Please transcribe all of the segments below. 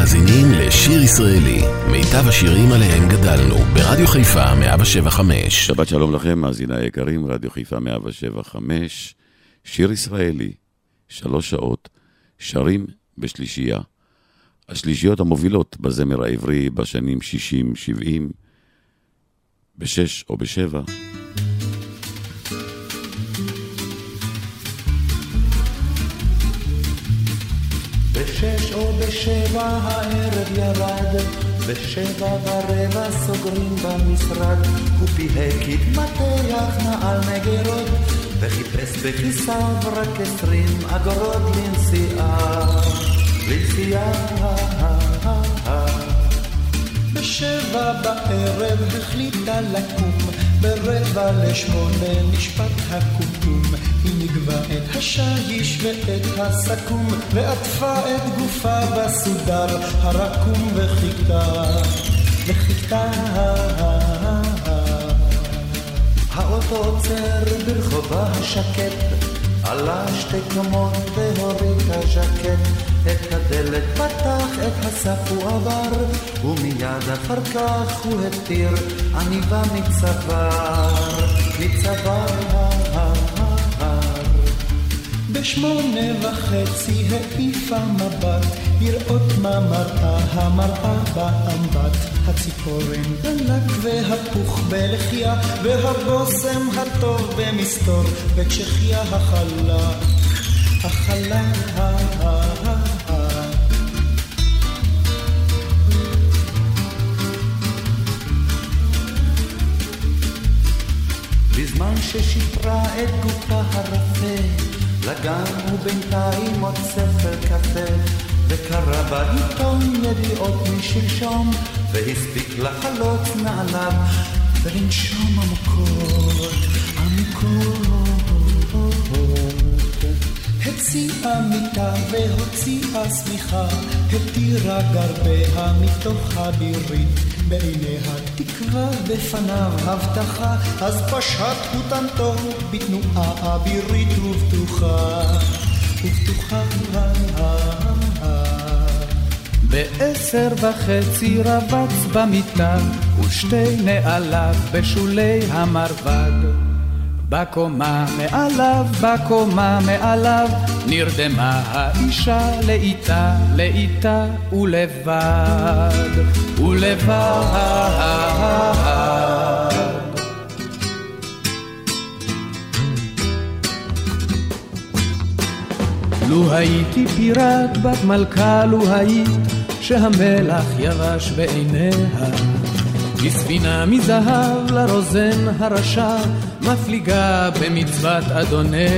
מאזינים לשיר ישראלי, מיטב השירים עליהם גדלנו, ברדיו חיפה 107.5. שבת שלום לכם, מאזיני היקרים, רדיו חיפה 107.5, שיר ישראלי, 3 שעות, שרים בשלישייה. השלישיות המובילות בזמר העברי בשנים 60-70, ב6 או ב7. ב6 או ב7 הערב ירד, ב7:15 סוגרים במשרד. הוא פיהק התמתח נעל מגירות, וחיפש בכיסיו רק 20 אגורות לנסיעה. ב7 בערב החליטה לקום, ב7:45 נשפט הקומקום. היא נגבה את השיש ואת הסכו"ם, ועטפה את גופה בסודר הרקום, וחיכתה האוטו עוצר ברחובה השקט, עלה 2 קומות והוריד הז'קט. את הדלת פתח, את הסף הוא עבר, ומיד אחר כך הוא התיר עניבה מצוואר. ב8:30 העיפה מבט, לראות מה מראה המראה באמבט. הציפורן דלק והפוך בלחיה, והבוסם הטוב במסתור, בצ'כיה החלה. בזמן ששיפרה את גופה הרפה, לגן הוא בינתיים עוד ספר קפה, וקרא בעיתון ידיעות משלשום, והספיק לחלוץ נעליו ולנשום עמוקות. הציעה מיטה והוציאה סמיכה, התירה גרביה מתוך הבירית, בעיניה תקווה בפניו הבטחה, אז פשט חוטנתו בתנועה אבירית ובטוחה. ב10:30 רבץ במיטה, ושתי נעליו בשולי המרבד. בקומה מעליו נרדמה האישה לאיתה ולבד. לו הייתי פיראט בת מלכה, לו היית שהמלח יבש בעיניה, בספינה מזהב לרוזן הרשע, מפליגה במצוות אדוניה.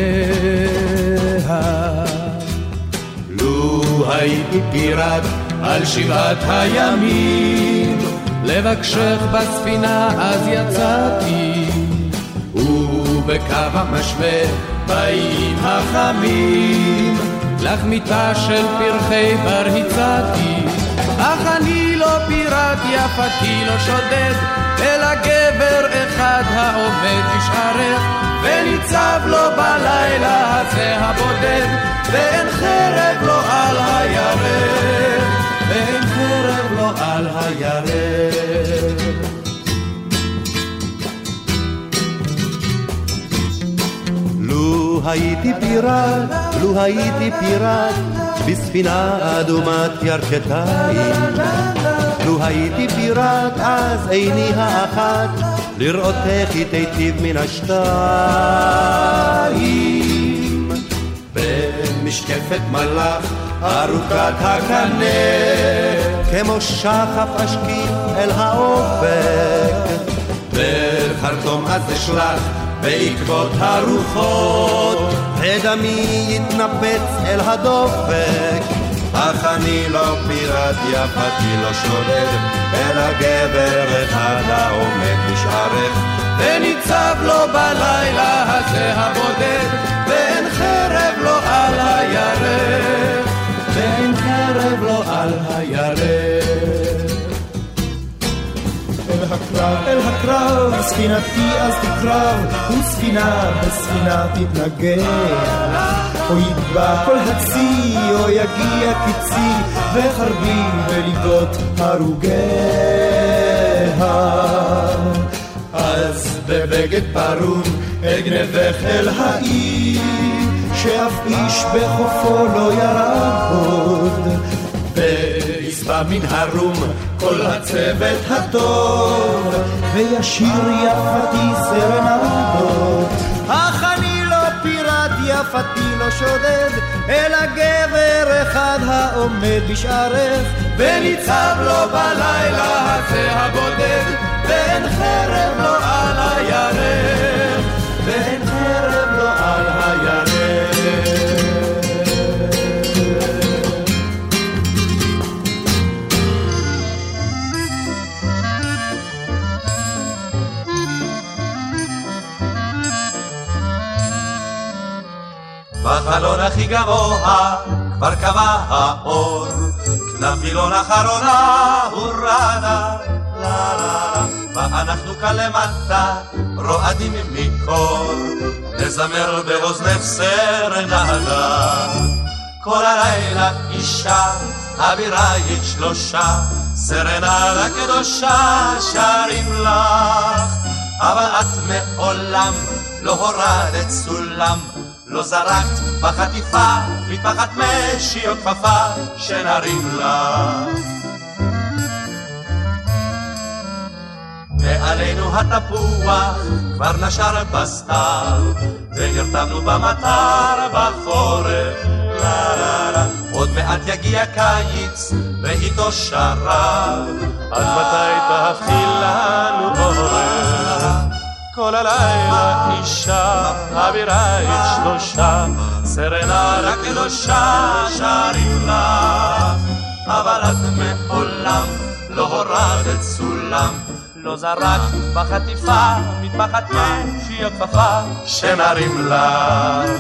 לו הייתי פיראט על 7 הימים, לבקשך בספינה אז יצאתי, ובקו המשווה באים החמים, לך מיטה של פרחי בר הצעתי. אך אני לא פיראט, יפתי לא שודד, אלא גבר אחד העומד בשערך, וניצב לו בלילה הזה הבודד, ואין חרב לו על הירך, ואין חרב לו על הירך. לו הייתי פיראט בספינה אדומת ירכתיים, לו הייתי פיראט אז עיני האחת לראותך היטיב מן השתיים. במשקפת מלאך ארוכת הקנה, כמו שחף אשקיף אל האופק, בחרטום אז אשלח בעקבות הרוחות, ודמי יתנפץ אל הדופק. אך אני לא פיראט, יפתי לא שודד, אלא גבר אחד העומד בשערך, וניצב לו בלילה הזה הבודד, ואין חרב לו על הירך, ואין חרב לו על הירך. אל הקרב, ספינתי אז תקרב, וספינה בספינה תתנגח, או יטבע כל הצי, או יגיע קיצי, וחרבי בליבות הרוגיה. אז בבגד פרום אגנבך אל העיר, שאף איש בחופו לא ירד, ויסבע מן הרום כל הצוות הטוב, וישיר יפתי סרנדות. אך אני לא פירט, יפתי לא שודד, אלא גבר אחד העומד בשערך, וניצב לו בלילה הזה הבודד, ואין חרב לו על הירך, ואין חרב לו על הירך. בחלון הכי גבוה כבר קבע האור, כנף וילון אחרונה הורדה, לה לה לה, ואנחנו כאן למטה רועדים מקור, נזמר באוזנך סרנדה. כל הלילה אישה אבירייך שלושה, סרנדה קדושה שרים לך, אבל את מעולם לא הורדת סולם, לא זרקת בחטיפה מטפחת משי או כפפה שנרים לך. מעלינו התפוח כבר נשר בסתיו, ונרתמנו במטר בחורף, לה לה לה. עוד מעט יגיע קיץ ואיתו שרב, עד מתי תהפכי לנו עורף? כל הלילה אישה אבירייך שלושה, סרנדה קדושה שרים לך, אבל את מעולם לא הורדת סולם, לא זרקת בחטיפה מטפחת משי או כפפה שנרים לך.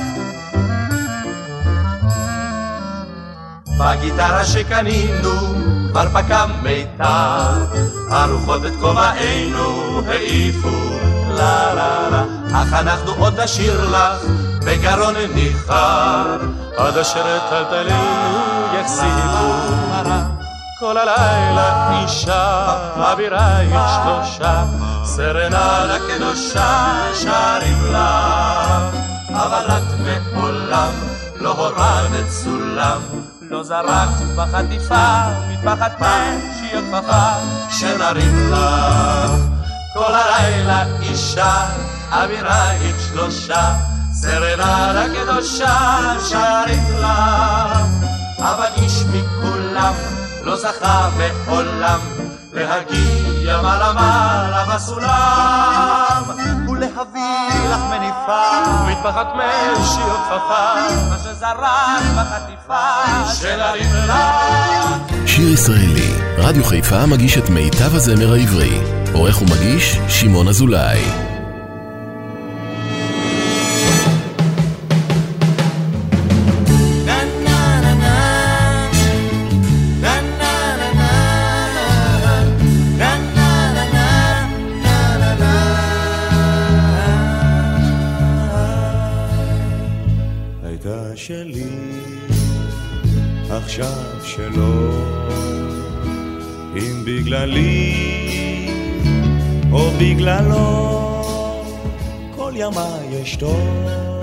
בגיטרה שקנינו כבר פקע מיתר, הרוחות את כובענו העיפו, לה לה לה, אך אנחנו עוד נשיר לך בגרון ניחר, עד אשר טלטלינו יחזיקו. כל הלילה אישה אבירייך שלושה, סרנדה קדושה שרים לך, אבל את מעולם לא הורדת סולם, לא זרקת בחטיפה מטפחת משי או כפפה שנרים לך. כל הלילה אישה אבירייך שלושה, סרנדה קדושה שרים לך, אבל איש מכולם לא זכה מעולם להגיע מעלה מעלה בסולם, ולהביא לך מניפה מטפחת משי או כפפה, מה שזרק בחטיפה שנרים לך. שיר ישראלי, רדיו חיפה מגיש את מיטב הזמר העברי. עורך ומגיש שמעון אזולאי. הייתה שלי עכשיו שלא, אם בגללי או בגללו כל ימי אשתוק,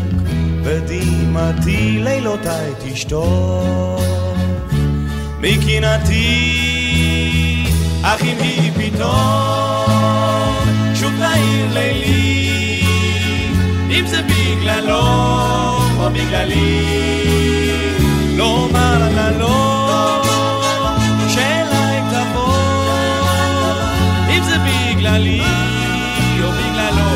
ודמעתי לילותיי תשתוק מקנאתי, אך אם היא פתאום שוב תאיר לילי, אם זה בגללו או בגללי, לא אומר לה לא, שאליי תבוא, אם זה בגללי או בגללו.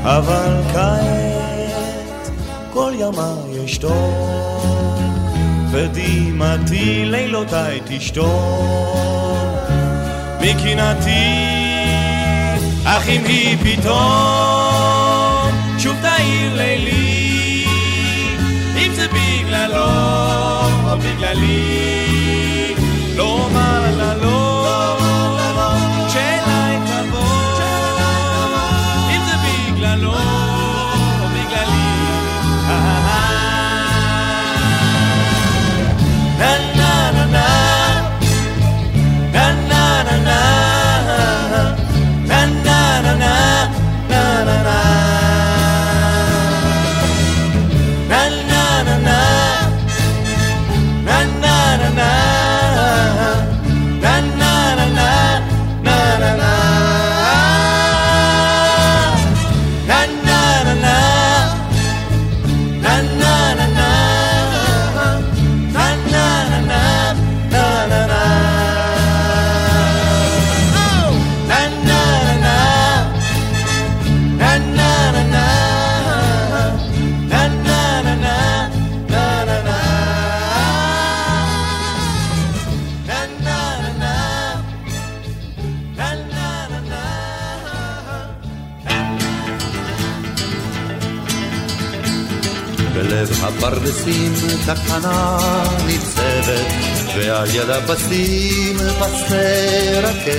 אבל כעת כל ימי אשתוק, ודמעתי לילותיי תשתוק מקנאתי. אך אם היא פתאום שוב תאיר לילי, אם זה בגללו או בגללי, לא אומר לה לא, שאליי תבוא, אם זה בגללו או בגללי. נה נה נה נה נה נה הפרדסים תחנה ניצבת, ועל יד הפסים פסי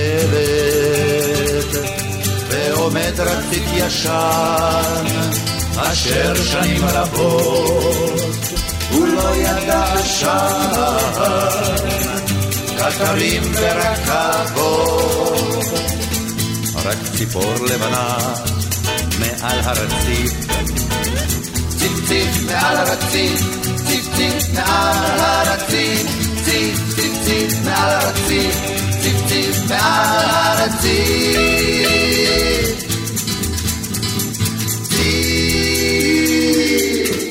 רכבת, ועומד רציף ישן אשר שנים רבות הוא לא ידע עשן, קטרים ורכבות, רק ציפור לבנה מעל הרציף, ציפ ציפ מעל הרציף, ציפ ציפ מעל הרציף, ציפ ציפ ציפ מעל הרציף, ציפ ציפ מעל הרציף, ציפ.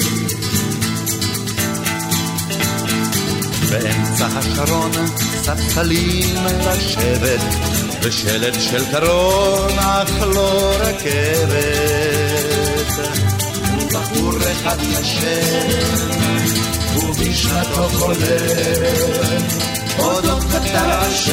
באמצע השרון ספסלים לשבת, ושלט של קרון אך לא רכבת, בחור אחד ישן ובשנתו חולם, עודו קטר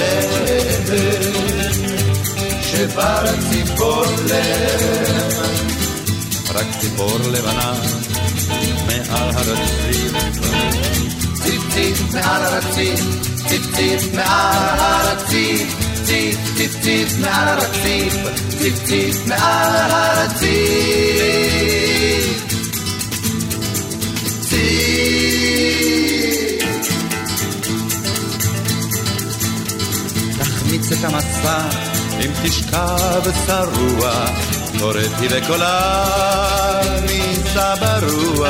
השבת שבר ציפור לב, רק ציפור לבנה מעל הרציף, ציפ ציפ מעל הרציף, ציפ ציפ מעל הרציף, ציפ ציפ ציפ מעל הרציף, ציפ ציפ מעל הרציף, תחמיץ את המסע אם תשכב שרוע, קוראתי וקולה ניסה ברוח,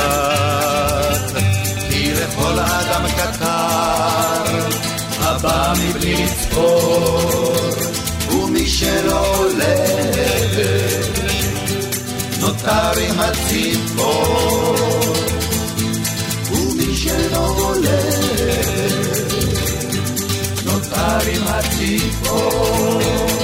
כי לכל אדם קטר הבא מבלי לצפור, ומי שלא הולך נותר עם הציפור, ומי שלא הולך נותר עם הציפור,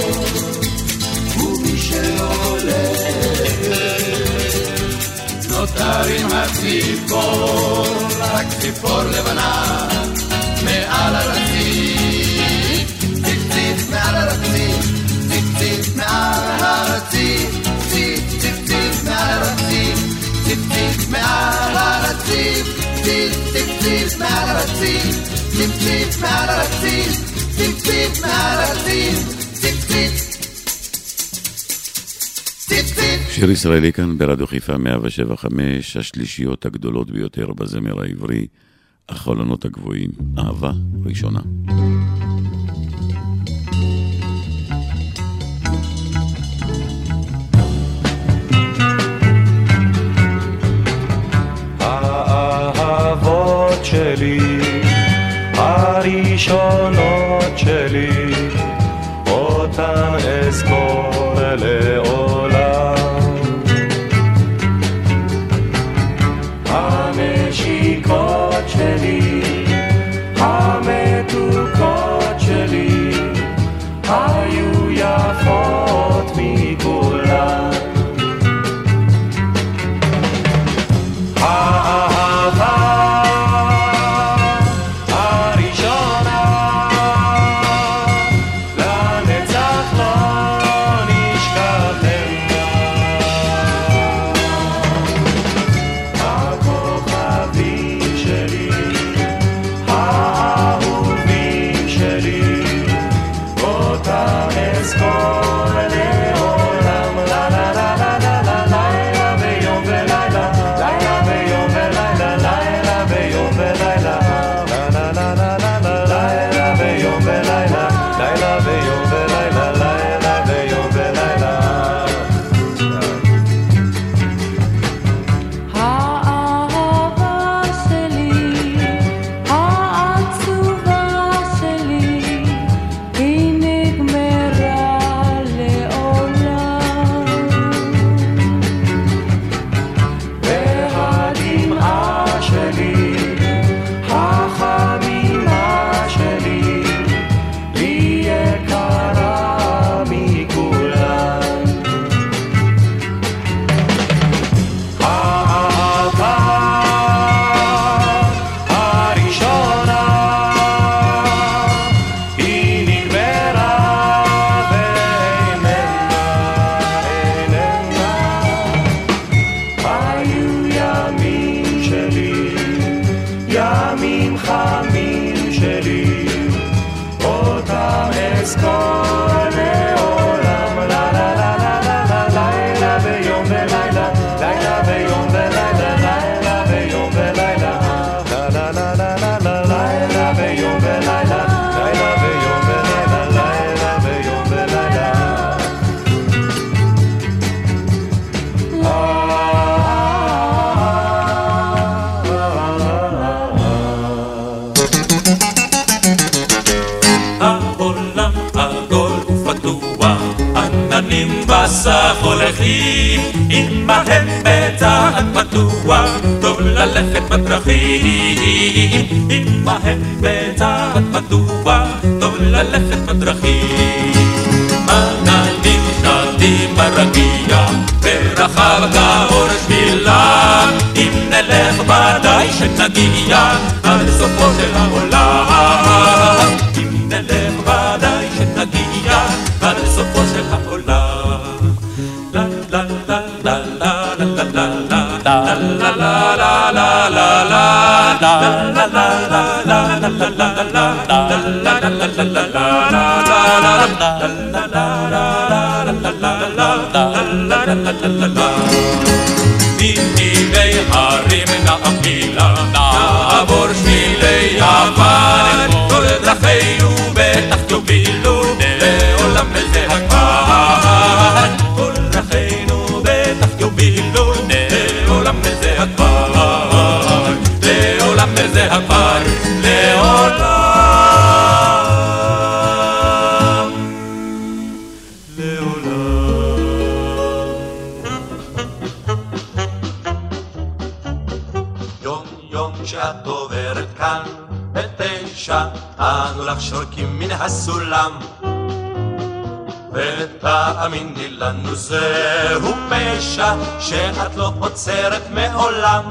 ומי שלא הולך נותר עם הציפור, רק ציפור לבנה מעל הרציף, ציפ ציפ מעל הרציף, ציפ ציפ מעל הרציף, ציפ ציפ ציפ מעל הרציף, ציפ ציפ מעל הרציף, ציפ ציפ ציפ מעל הרציף, ציפ ציפ מעל הרציף, ציפ ציפ מעל הרציף, ציפ ציפ ציפ ציפ. שיר ישראלי כאן ברדיו חיפה 107.5, השלישיות הגדולות ביותר בזמר העברי, החלונות הגבוהים, אהבה ראשונה. האהבות שלי, הראשונות שלי, אותן אזכור לעולם. הנשיקות שלי, המתוקות מסך הולכים, עמהם בצעד פתוח, טוב ללכת בדרכים. עמהם בצעד פתוח, טוב ללכת בדרכים. עננים שטים ברגיע, ורחב כאור שבילם, אם נלך ודאי שנגיע עד סופו של העולם. אם נלך ודאי שנגיע עד סופו של העולם. לה לה לה לה לה לה לה לה לה לה לה לה מנתיבי הרים נעפילה, נעבור שבילי עפר, כל דרכינו בטח יובילו לעולם הזה הכבר. כל דרכינו בטח יובילו לעולם הזה הכבר, לעולם הזה הכבר, לעולם. שאת עוברת כאן בתשע, אנו לך שורקים מן הסולם, ותאמיני לנו זהו פשע שאת לא עוצרת מעולם.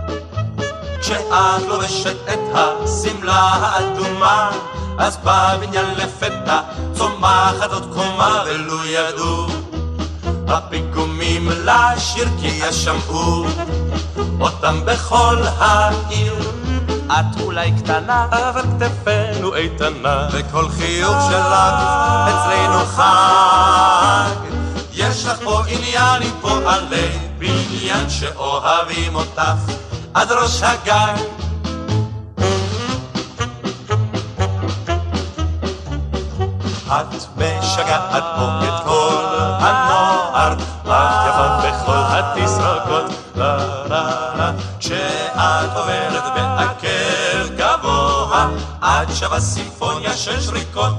כשאת לובשת את הסמלה האדומה, אז בבניין לפתע צומחת עוד קומה, ולו ידעו הפיגומים לשיר כי ישמעו אותם בכל העיר. את אולי קטנה, אבל כתפינו איתנה, וכל חיוך שלך אצלנו חג. יש לך פה עניין עם פועלי בניין שאוהבים אותך עד ראש הגג. את משגעת פה את כל הנוער, את יפה בכל התסרוקות. כשאת עוברת בעקב גבוה, את שווה סימפוניה של שריקות.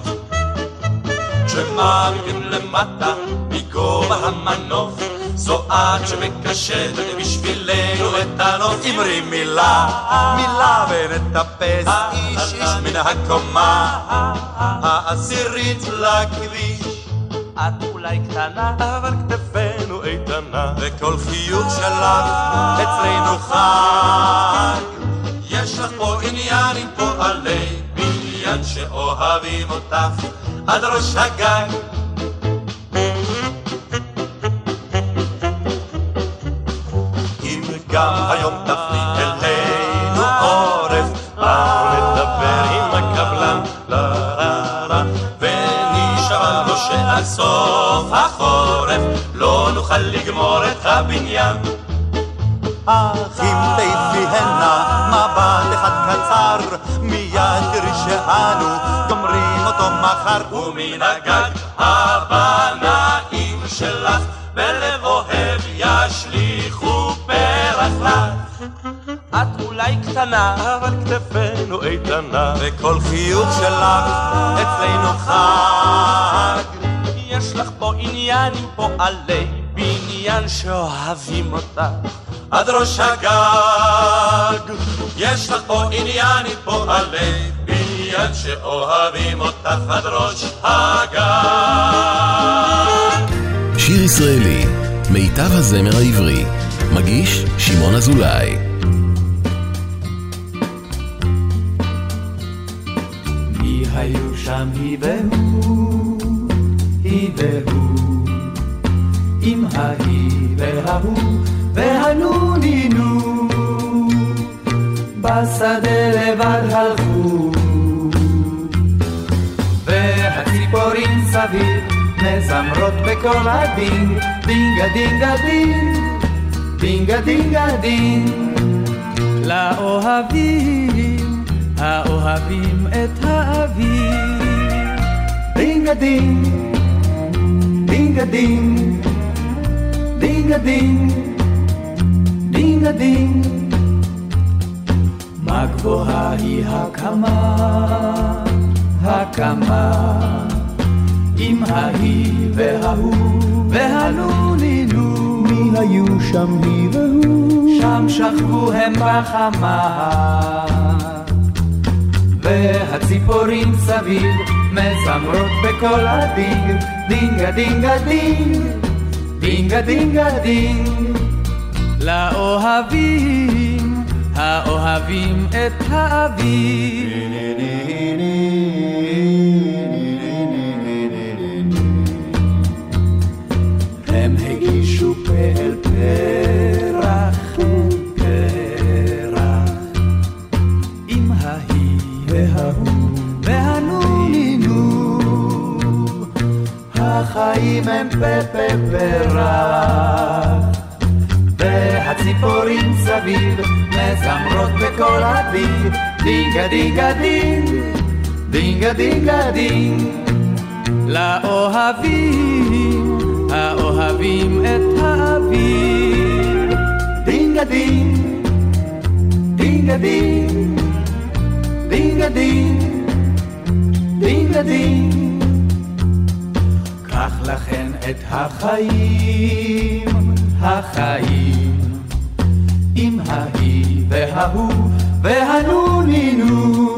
כשמגיעים למטה מגובה המנוף, זו את שמקשטת בשבילנו את הנוף. אמרי מילה, מילה ונטפס איש איש מן הקומה העשירית לכביש. את אולי קטנה, אבל כתפינו איתנה, וכל חיוך שלך אצלנו חג. יש לך פה עניין עם פועלי בניין שאוהבים אותך עד ראש הגג. אם גם היום תפני אלינו עורף, אנחנו נדבר עם הקבלן, ונשאר לו שעל סוף החורף לא נוכל לגמור את הבניין. אחים תיפי הנה מבט אחד קצר, מיד תראי שאנו גומרים אותו מחר. ומן הגג הבנאים שלך בלב אוהב ישליחו פרח לך. את אולי קטנה, אבל כתפינו איתנה, וכל חיוך שלך אצלנו חג. יש לך פה עניין עם פועלי בניין שאוהבים אותך עד ראש הגג. יש לך פה עניין עם פועלי בניין שאוהבים אותך עד ראש הגג. שיר ישראלי, מיטב הזמר העברי, מגיש שמעון אזולאי. מי היו שם היא והוא, היא והוא, עם ההיא וההוא והנונינו, בשדה לבד הלכו, והציפורים סביב מזמרות בכל הדין, דינגה דינגה דין, דינגה דינגה דין. לאוהבים האוהבים את האביב, דינגה דין, דינגה דין, דינגה דין, דינגה דין. מה גבוהה היא הקמה, הקמה, עם ההיא וההוא והנונינו, מי היו שם היא והוא? שם שכבו הם בחמה, והציפורים סביב מזמרות בכל הדינג, דינגה דינגה דינג, דינגה דינגה דינג. לאוהבים האוהבים את האביב, הם הגישו פרח פרח עם ההיא וההוא והנונינו, החיים הם פרח והציפורים סביב מזמרות בכל הדינג, דינגה דינגה דינג, דינגה דינגה דינג. לאוהבים האוהבים את האביב, דינגה דינג, דינגה דינג, דינגה דינג, דינגה דינג. קח לכן את החיים, החיים עם ההיא וההוא והנונינו,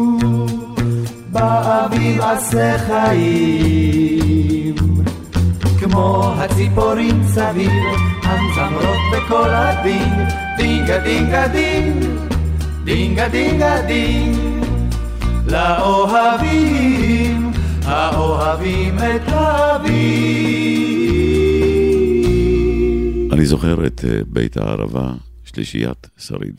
באביב עשה חיים כמו הציפורים סביב המזמרות בכל הדינג, דינגה דינגה דינג, דינגה דינגה דינג. לאוהבים האוהבים את האביב. אני זוכר את בית הערבה, שלישיית שריד.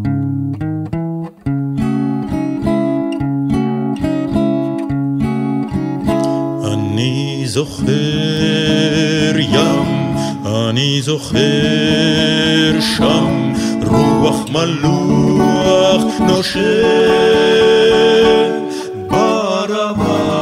אני זוכר ים, אני זוכר שם, רוח מלוח נושם ברמה.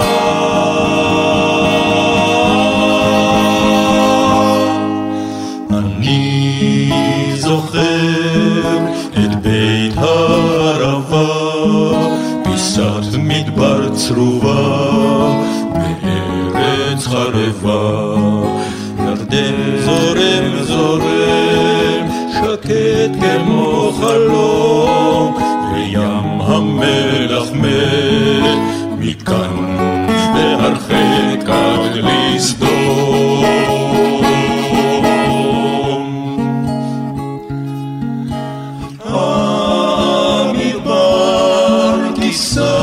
אני זוכר את בית הערבה, פיסת מדבר צרובה בארץ חרבה, ירדן זורם זורם שקט כמו חלום, וים המלח מת מכאן והרחק עד לסדום. המדבר כיסה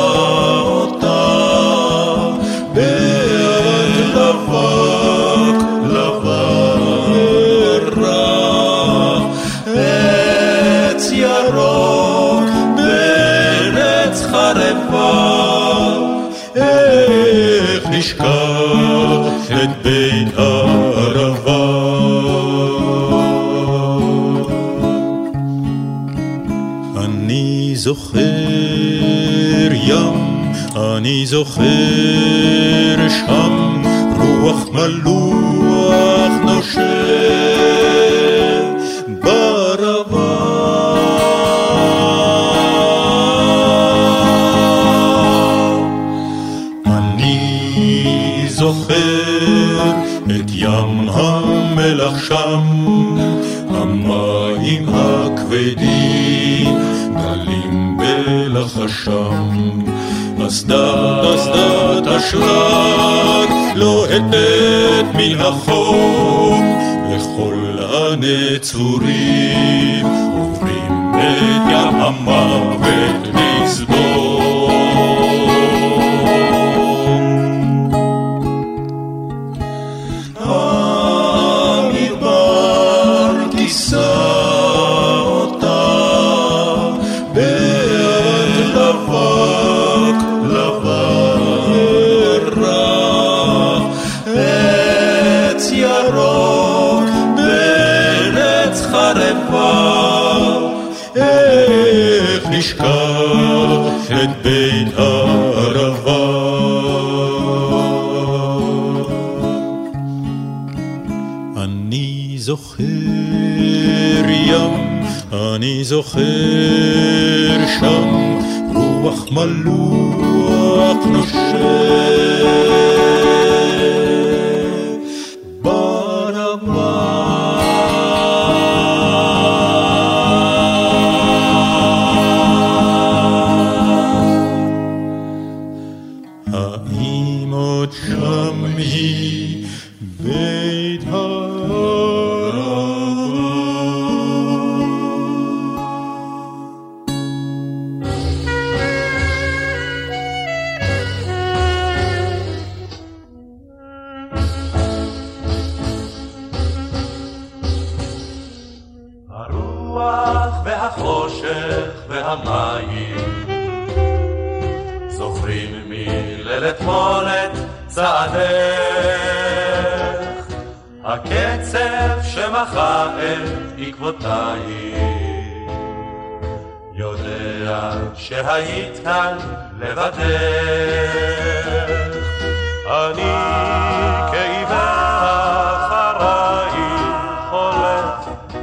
נשכח את בית הערבה. אני זוכר ים, אני זוכר שם, רוח מלוח נושם ברמה. זוכר את ים המלח שם, המים הכבדים גלים בלחשם, אסדת אשלג לוהטת מן החום, וכל הנצורים עוברים את ים המוות לסדום. נשכח את בית הערבה. אני זוכר ים, אני זוכר שם, רוח מלוח נושם הרוח והחושך והמים זוכרים מליל אתמול את צעדך הקצב שמחה את עקבותייך יודע שהיית כאן לבדך אני כעיוור אחרייך הולך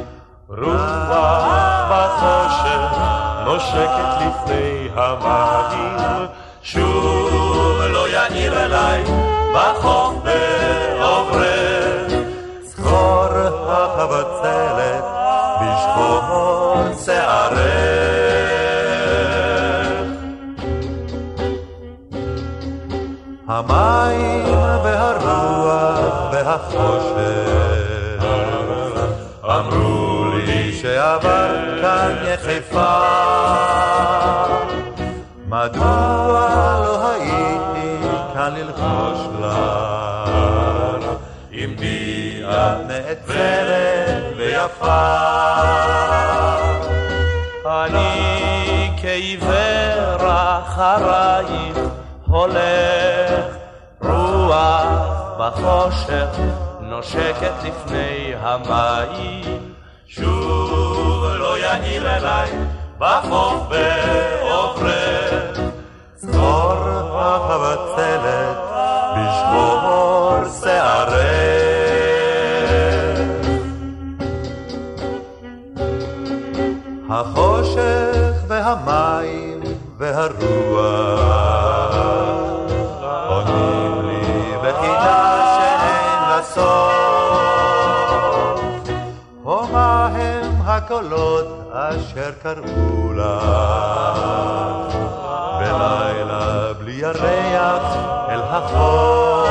רוח בחושך נושקת לפני המים שוב לא יאיר אליי בחוף בעוברך זכור החבצלת בשחור שערך המים והרוח והחושך אמרו לי שעבר כאן יחפה מדוע לא הייתי כאן ללחוש לך עמדי את נעצרת ויפה אני כעיוור אחרייך הולך רוח בחושך נושקת לפני המים שוב לא יאיר אליי בחוף בעוברך זכור החבצלת בשחור שערך החושך והמים והרוח עונים לי בחינה שאין לה סוף ומה הם הקולות אשר קראו לך בלילה בלי ירח אל החוף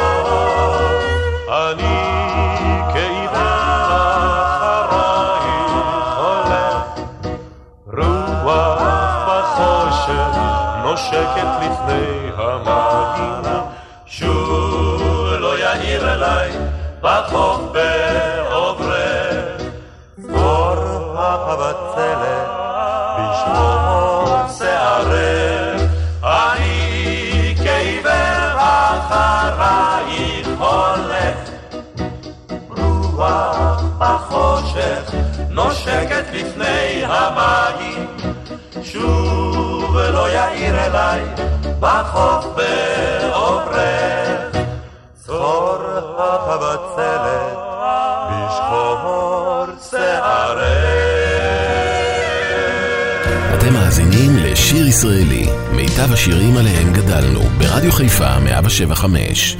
אני כעיוור אחרייך הולך רוח בחושך נושקת לפני המים שוב לא יאיר אליי בחוף בעוברך זכור החבצלת בשחור שערך אני כעיוור אחרייך הולך רוח בחושך נושקת לפני המים שוב לא יאיר אליי בחוף בעוברך זכור החבצלת בשחור שערך אתם מאזינים לשיר ישראלי, מיטב השירים עליהם גדלנו, ברדיו חיפה 107.5.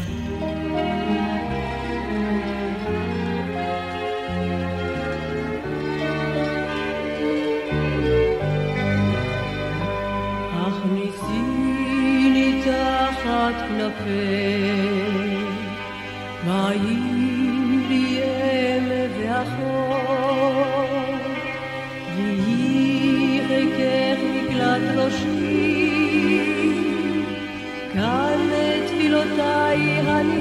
הכניסיני תחת כנפך, והאם לי אם ואחור, ויהי חיקך מקלט ראשי, כאן תפילותיי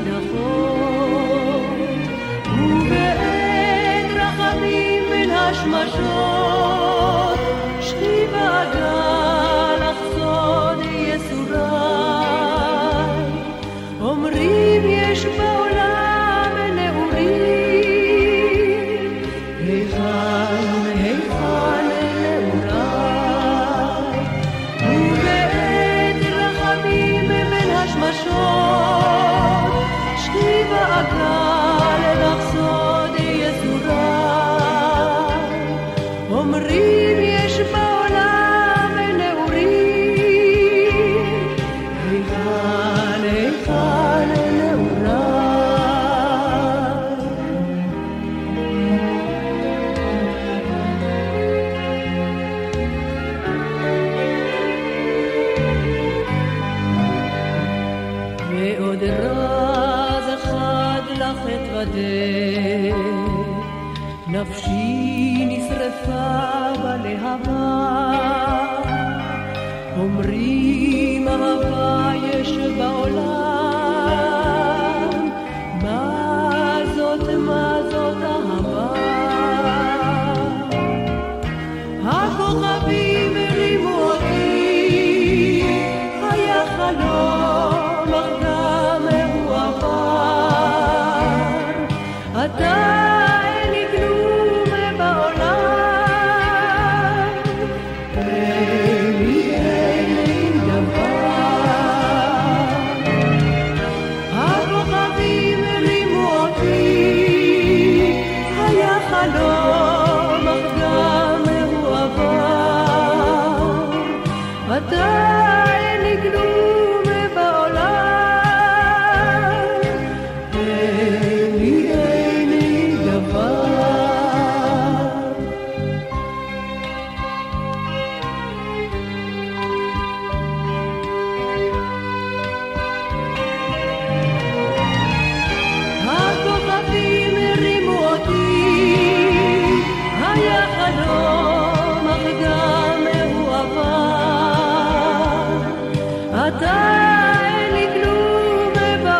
הנידחות, ובעת רחמים מן השמשות, שכי בגל לחסוד יסוריי, אומרים יש בעולם נעורים, היכן היכן נעוריי, ובעת רחמים מן השמשות, שכי בגל לחסוד יסוריי, אומרים יש בעולם נעורים, היכן היכן נעוריי. ועוד רז אחד לך אתוודה, נפשי נשרפה בלהבה, אומרים אהבה יש בעולם, מה זאת אהבה, חלום אך גם הוא עבר מתי נגלום בעולם אין לי דבר הכוכבים הרימו אותי היה חלום אך גם הוא עבר עדיין לי כלום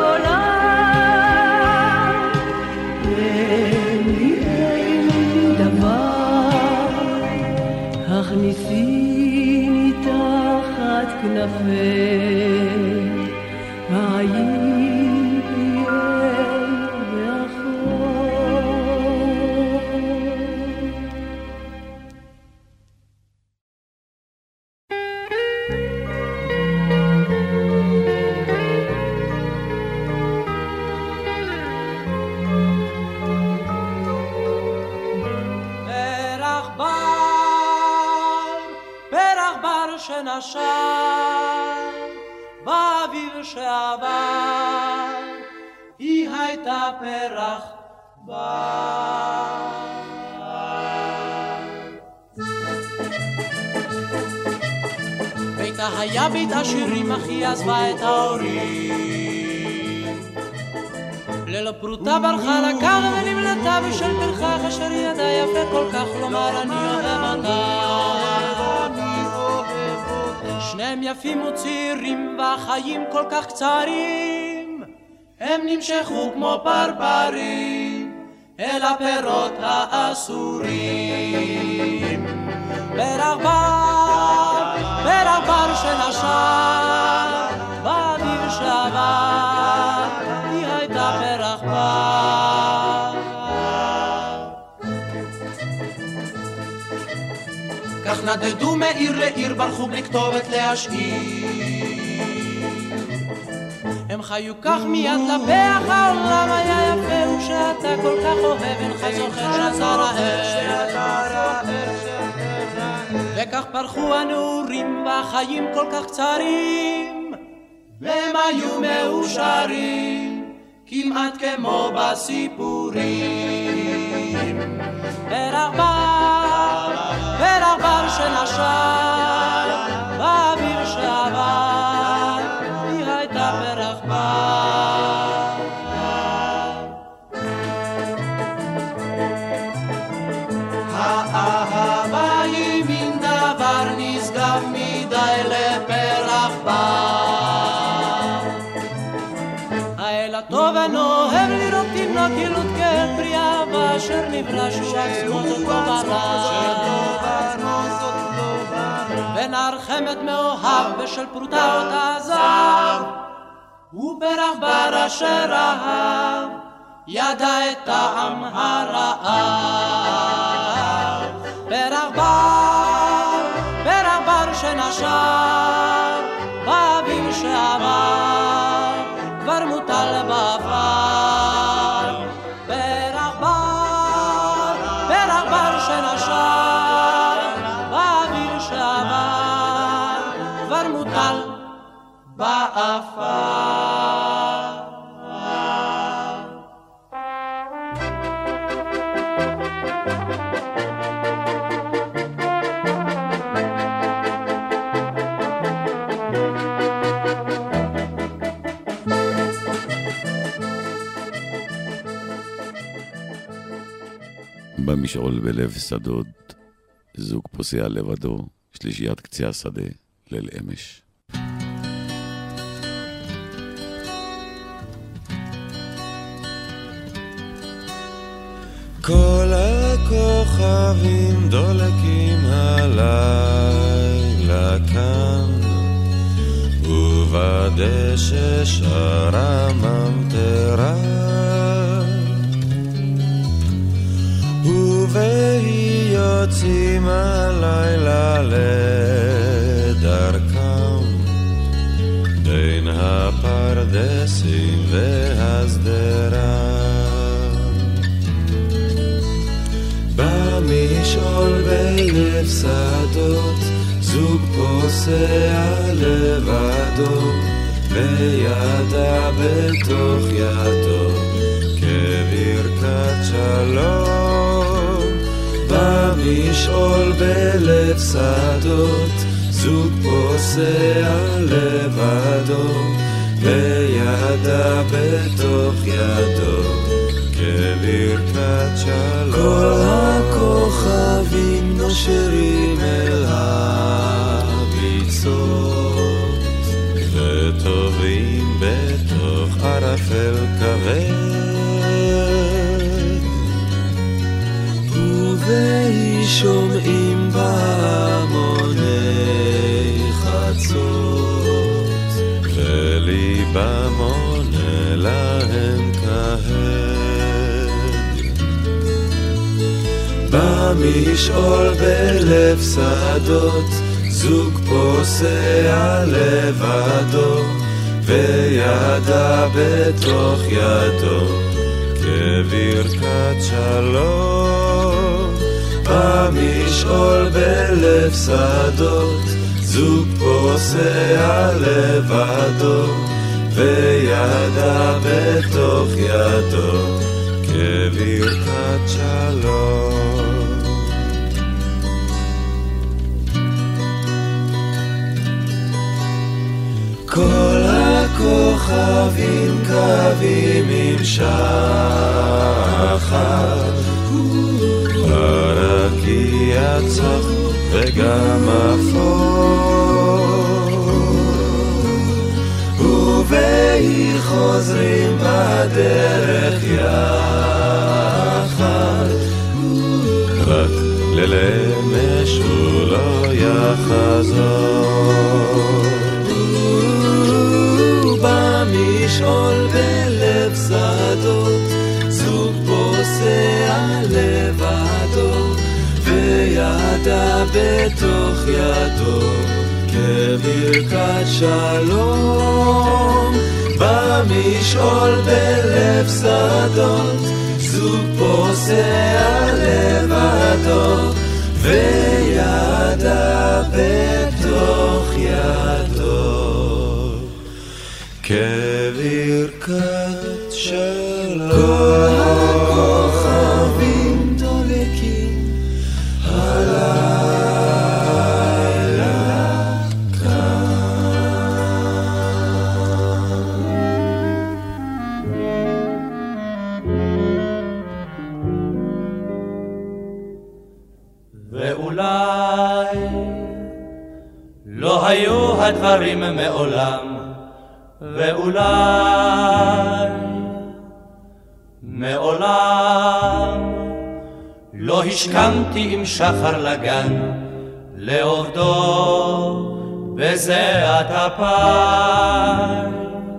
בעולם אין לי דבר הכניסיני תחת כנפי והייתי פרח בר שנשר באביב שעבר היא הייתה פרח בר ביתה היה בית עשירים אך היא עזבה את ההורים ללא פרוטה ברחה לקר ונמלטה בשל פרחח אשר ידע יפה כל כך לומר אני אוהב אותה שניהם יפים וצעירים והחיים כל כך קצרים הם נמשכו כמו פרפרים אל הפירות האסורים פרח בר שנשר באביב שעבר היא הייתה פרח בר כך נדדו מעיר לעיר ברחו בלי כתובת להשאיר הם חיו כך מיד לפח העולם היה יפה ושאתה כל כך אוהב אינך זוכר שאתה רעב וכך פרחו הנעורים והחיים כל כך קצרים והם היו מאושרים כמעט כמו בסיפורים פרח בר שנשר באוויר שעבר היא הייתה פרח בר האהבה היא מין דבר נשגב מדי לפרח בר האל הטוב הנוהב לראות תינוק ילוד כאל פרי אהבה אשר נברא שהוא עצמו זאת לא ברא ונער חמד מאוהב בשל פרוטות הזהב ופרח בר אשר אהב ידע את טעם הרעב פרח בר שנשר באביב שעבר כבר מוטל בעבר פרח בר שנשר באביב שעבר כבר מוטל בעבר במשעול בלב שדות, זוג פוסע לבדו, שלישיית קצה השדה, ליל אמש. כל הכוכבים דולקים הלילה כאן ובדשא שרה ממטרה והיא יוצאים הלילה לדרכם בין הפרדסים והסדרה במשעול בלב שדות, זוג פוסע לבדו, וידה בתוך ידו, כברכת שלום. במשעול בלב שדות, זוג פוסע לבדו, וידה בתוך ידו, כברכת שלום. כל הכוכבים נושרים אל הביצות, וטובים בתוך ערפל כבד, ובהי שומעים בהמוני חצות, וליבם עונה להם כהד. במשעול בלב שדות, זוג פוסע לבדו, וידה בתוך ידו, כברכת שלום. במשעול בלב שדות, זוג פוסע לבדו, וידה בתוך ידו, כברכת שלום. כל הכוכבים קווים עם שחר, הרקיע צח וגם אפור, ובהי חוזרים בדרך יחד, רק ללמש הוא לא יחזור. במשעול בלב שדות, זוג פוסע לבדו, וידה בתוך ידו, כברכת שלום. במשעול בלב שדות, זוג פוסע לבדו, וידה בתוך ידו, כברכת שלום. כל הכוכבים דולקים הלילה ואולי לא היו הדברים מעולם, ואולי מעולם לא השכמתי עם שחר לגן, לעובדו בזיעת אפיים.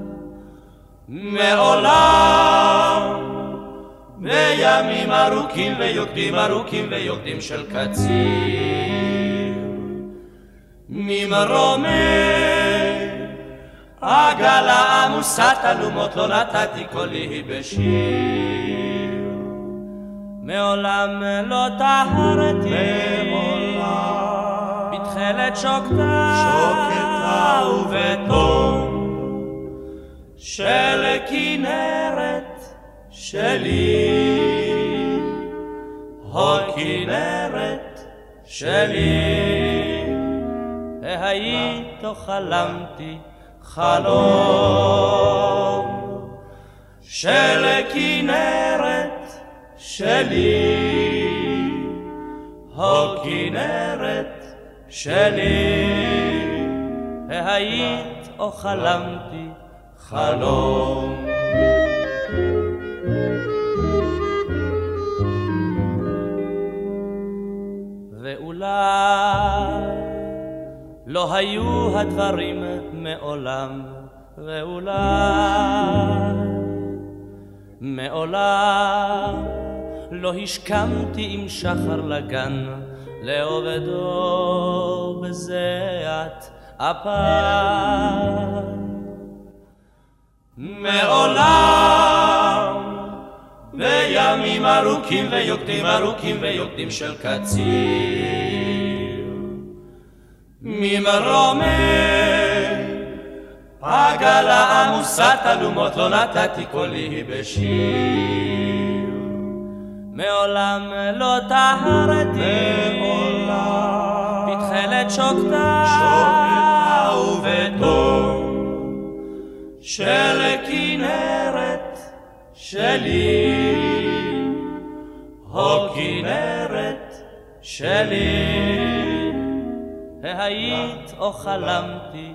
מעולם בימים ארוכים ויוקדים של קציר, ממרומי עגלה עמוסת אלומות לא נתתי קולי בשיר. מעולם לא טהרתי בתכלת שוקתה ובתום של כנרת שלי, הכנרת שלי. והיית חלמתי חלום של כנרת שלי, הכנרת שלי. והיית או חלמתי חלום. ואולי לא היו הדברים מעולם, ואולי מעולם לא השכמתי עם שחר לגן, לעובדו בזיעת אפיים. מעולם וימים ארוכים ויוקדים ארוכים ויוקדים של קציר ממרומי פגלה עמוסת אלומות לא נתתי קולי בשיר מעולם לא טהרתי בתחילת שוקתה ובתום של כנרת שלי הו כנרת שלי היית או חלמתי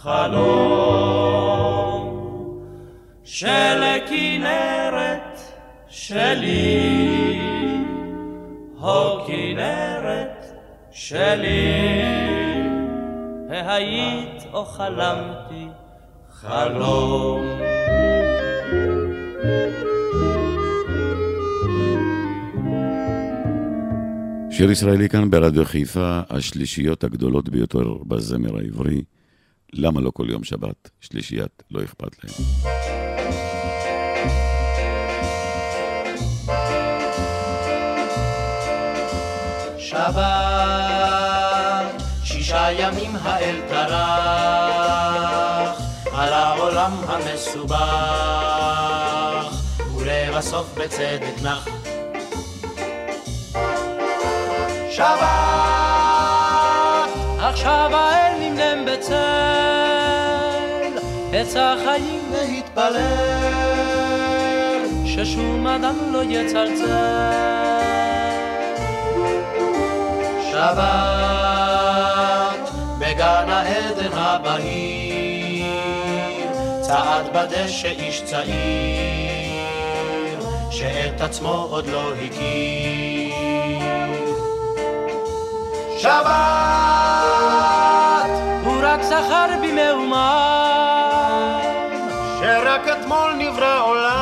חלום של כנרת שלי הו כנרת שלי היית או חלמתי חלום שיר ישראלי כאן ברדיו חיפה, השלישיות הגדולות ביותר בזמר העברי. למה לא כל יום שבת? שלישיית לא אכפת להם. שבת, 6 ימים האל טרח על העולם המסובך ולבסוף בצדק נח שבת, עכשיו האל נמנם בצל עץ החיים להתפלל ששום אדם לא יצלצל שבת, בגן העדן הבהיר צעד בדשא איש צעיר שאת עצמו עוד לא הכיר שבת, הוא רק זכר במאומם שרק אתמול נברא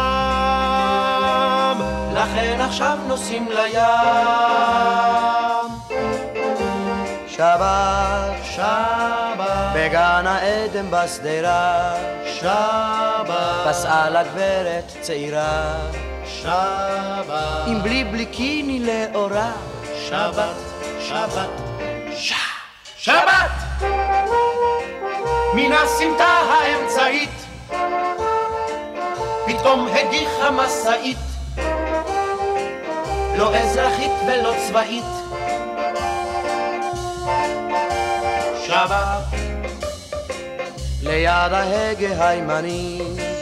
עולם לכן עכשיו נוסעים לים שבת, שבת, בגן העדן בסדרה שבת, פסעה לגברת צעירה שבת, עם בלי בליקיני לאורה שבת, שבת, שבת, מן הסמטה האמצעית פתאום הגיחה מסעית לא אזרחית ולא צבאית שבת, ליד ההגה הימני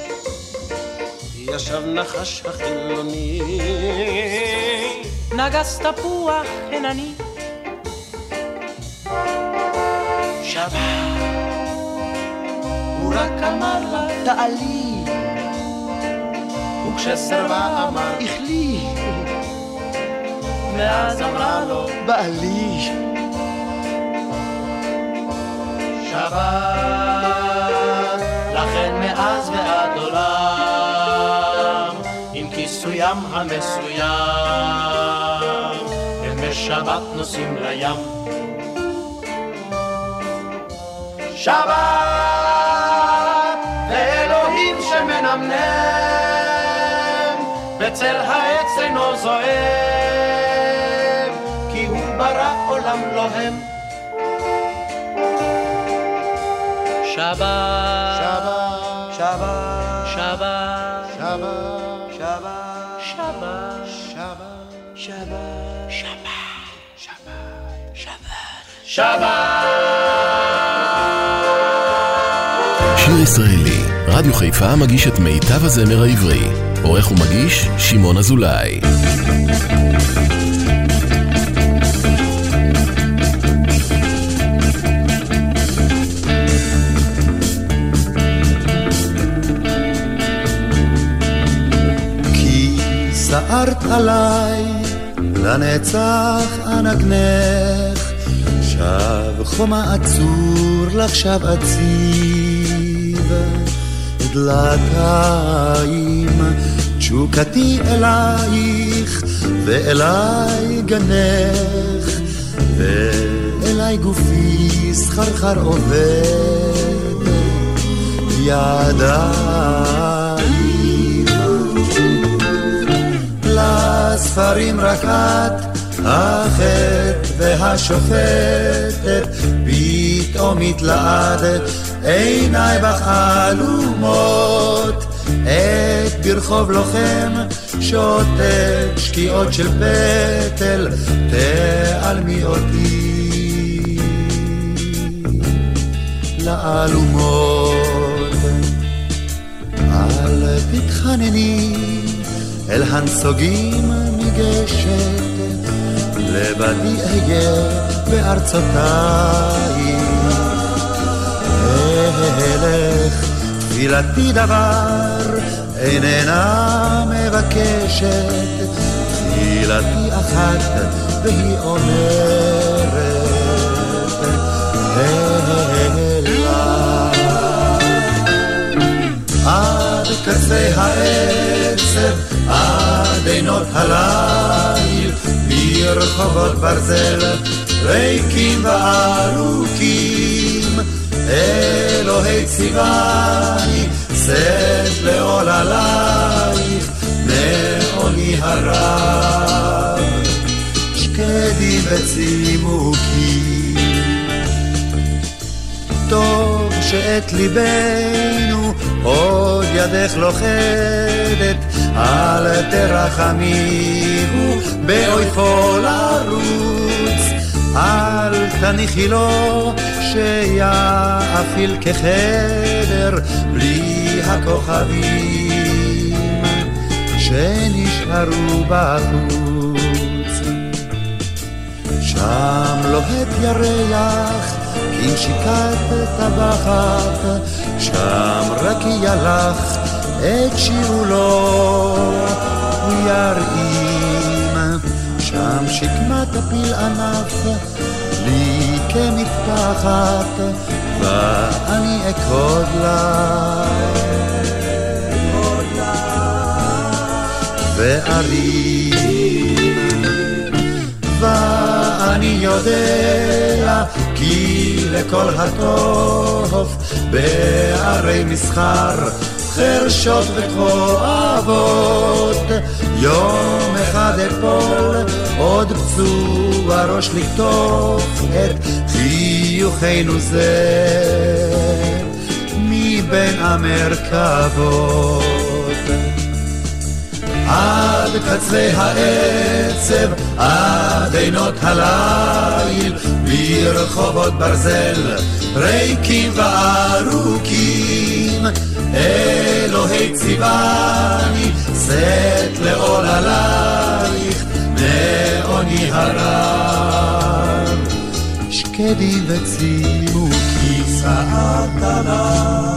ישב נחש החילוני נגס תפוח ענני שבת, הוא רק אמר לה תעלי וכשסרבה אמר איכלי מאז אמרה לו בעלי שבת, לכן מאז ועד עולם עם כיסוים המסוים הם בשבת נוסעים לים שבת, ואלוהים שמנמנם בצל העץ אינו זועם כי הוא ברא עולם לא הם שבת, שבת, שבת, שבת, שבת, שבת, שבת, שבת, שבת, שבת. שיר ישראלי, רדיו חיפה מגיש את מיטב הזמר העברי. עורך ומגיש שמעון אזולאי. סערת עליי לנצח אנגנך שב חומה עצור לך שב עציב דלתיים תשוקתי אלייך ואליי גנך ואליי גופי סחרחר עובד ידיים בספרים רק את, החטא והשופטת, פתאום התלעדת, עיניי בך אלומות, את ברחוב לוחם שוטט שקיעות של פטל, תעלמי אותי לאלומות. אל תתחנני אל הנסוגים מגשת, לבדי אהיה בארצותיי. אלך תפילתי דבר איננה מבקשת, תפילתי אחת והיא אומרת אלה. עד קצה העצב, עד עינות הליל, ברחובות ברזל ריקים וארוכים, אלוהי ציווני שאת לעול עלייך מעוני הרב, שקדי וצימוקי. טוב שאת ליבנו עוד ידך לוחדת, אל תרחמיהו באויפו לרוץ, אל תניחי לו שיאפיל כחדר בלי הכוכבים שנשארו בחוץ. שם לוהט ירח כנשיקת טבחת, שם רק ילך את שיעולו הוא ירעים, שם שקמת הפיל ענף לי כמפתחת, ואני אקוד לה וערים, ואני יודע כי לכל הטוב בערי מסחר חרשות וכואבות, יום אחד אפול עוד פצוע ראש לקטוף את חיוכנו זה מבין המרכבות. עד קצה העצב, עד עינות הליל, ברחובות ברזל ריקים וארוכים, אלוהי ציווני שאת לעול עלייך מעוני הרב, שקדי וצימוקי שאת עליו.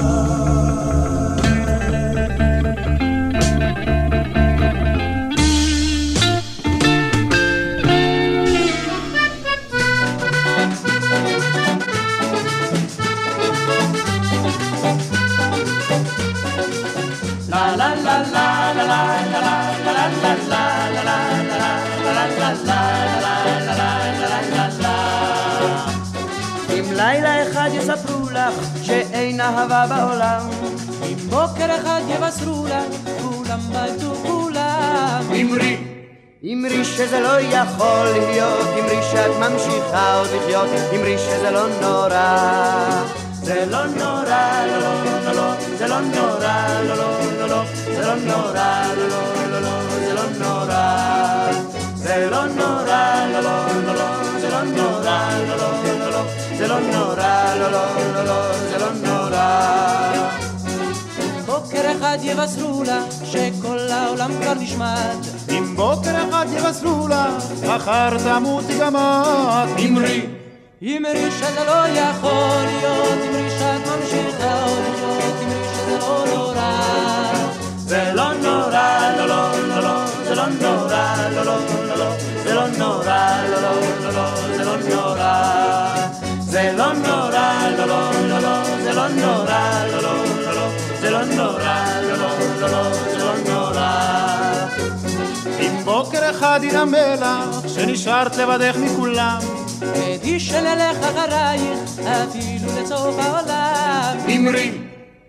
אם לילה אחד יספרו לך שאין אהבה בעולם, אם בוקר אחד יבשרו לך כולם ביתו כולם, אמרי שזה לא יכול להיות, אמרי שאת ממשיכה עוד לחיות, אמרי שזה לא נורא, זה לא נורא, לא לא לא לא, זה לא נורא, לא לא לא לא, זה לא נורא, לא לא לא לא, זה לא נורא, זה לא נורא, לא לא לא לא, זה לא נורא, לא לא לא לא, זה לא נורא, לא לא לא לא, זה לא נורא. בוקר אחד יבשרו לה שכל העולם כבר נשמד, אם בוקר אחד יבשרו לה אחר תמותי גם את, אמרי שזה לא יכול להיות, אמרי שאת ממשיכה עוד לחיות, אמרי שזה לא נורא, זה לא נורא, לא לא לא לא, זה לא נורא, לא לא לא לא, זה לא נורא, לא לא לא לא, זה לא נורא, זה לא נורא, לא לא לא לא, זה לא נורא, לא לא לא לא, זה לא נורא, לא לא לא לא, זה לא נורא. אם בוקר אחד ינאמר לך שנשארת לבדך מכולם, עדי שנלך אחרייך אפילו לסוף העולם,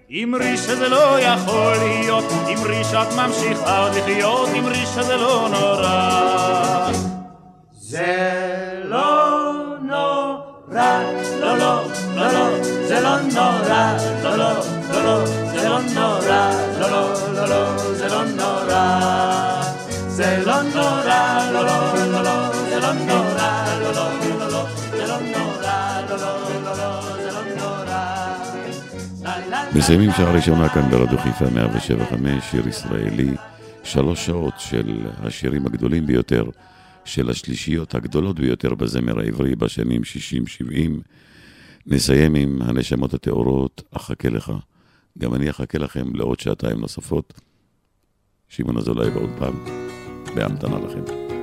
אמרי שזה לא יכול להיות, אמרי שאת ממשיכה עוד לחיות, אמרי שזה לא נורא. זה לא נורא, לא לא, לא לא, זה לא נורא, לא לא, לא לא, זה לא נורא, לא לא, לא לא, זה לא נורא. זה לא נורא, לא לא, לא לא, זה לא נורא, לא לא, לא לא, זה לא נורא, לא לא, לא לא, זה לא נורא. מסיימים שעה ראשונה כאן ברדיו חיפה 107.5, שיר ישראלי, 3 שעות של השירים הגדולים ביותר, של השלישיות הגדולות ביותר בזמר העברי בשנים 60-70. נסיים עם הנשמות התיאורות, אחכה לך. גם אני אחכה לכם לעוד 2 נוספות. שמעון אזולאי בעוד פעם, בהמתנה לכם.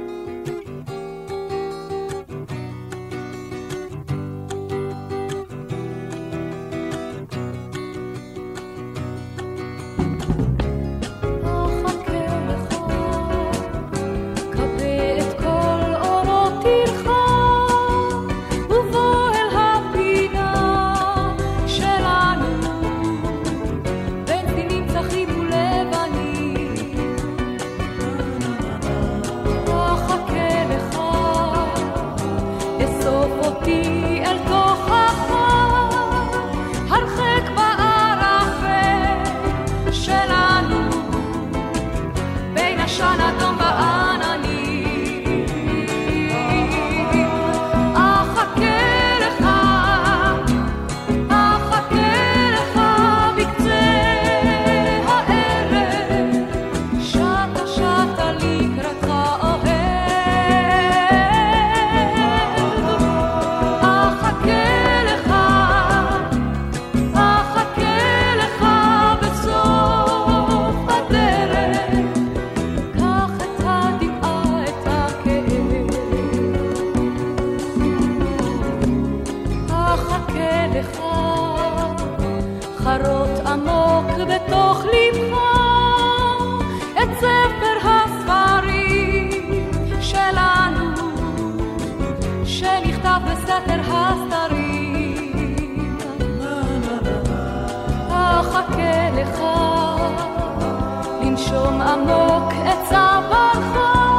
לנשום עמוק את צווארך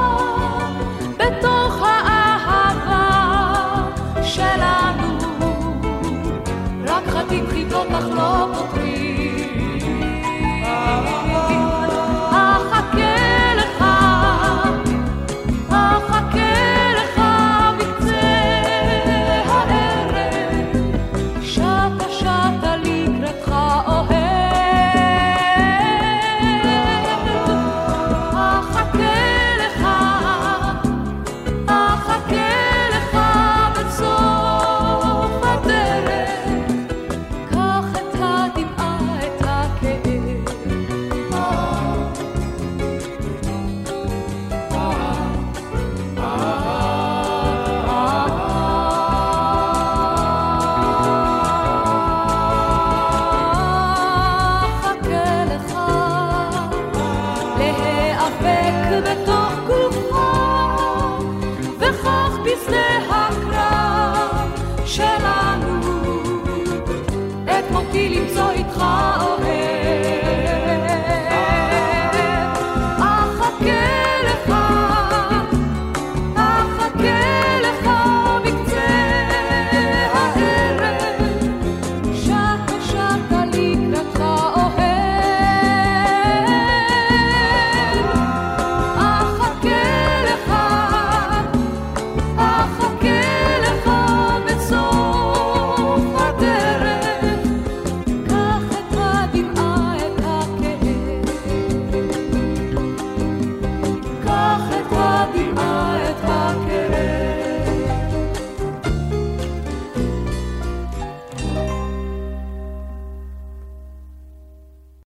בתוך האהבה שלנו, רק חטים חידות אך לא פותרים. אחכה לך, אחכה לך בקצה הערב, שטה שטה לקראתך אוהב. בתוך גופך וכך בשדה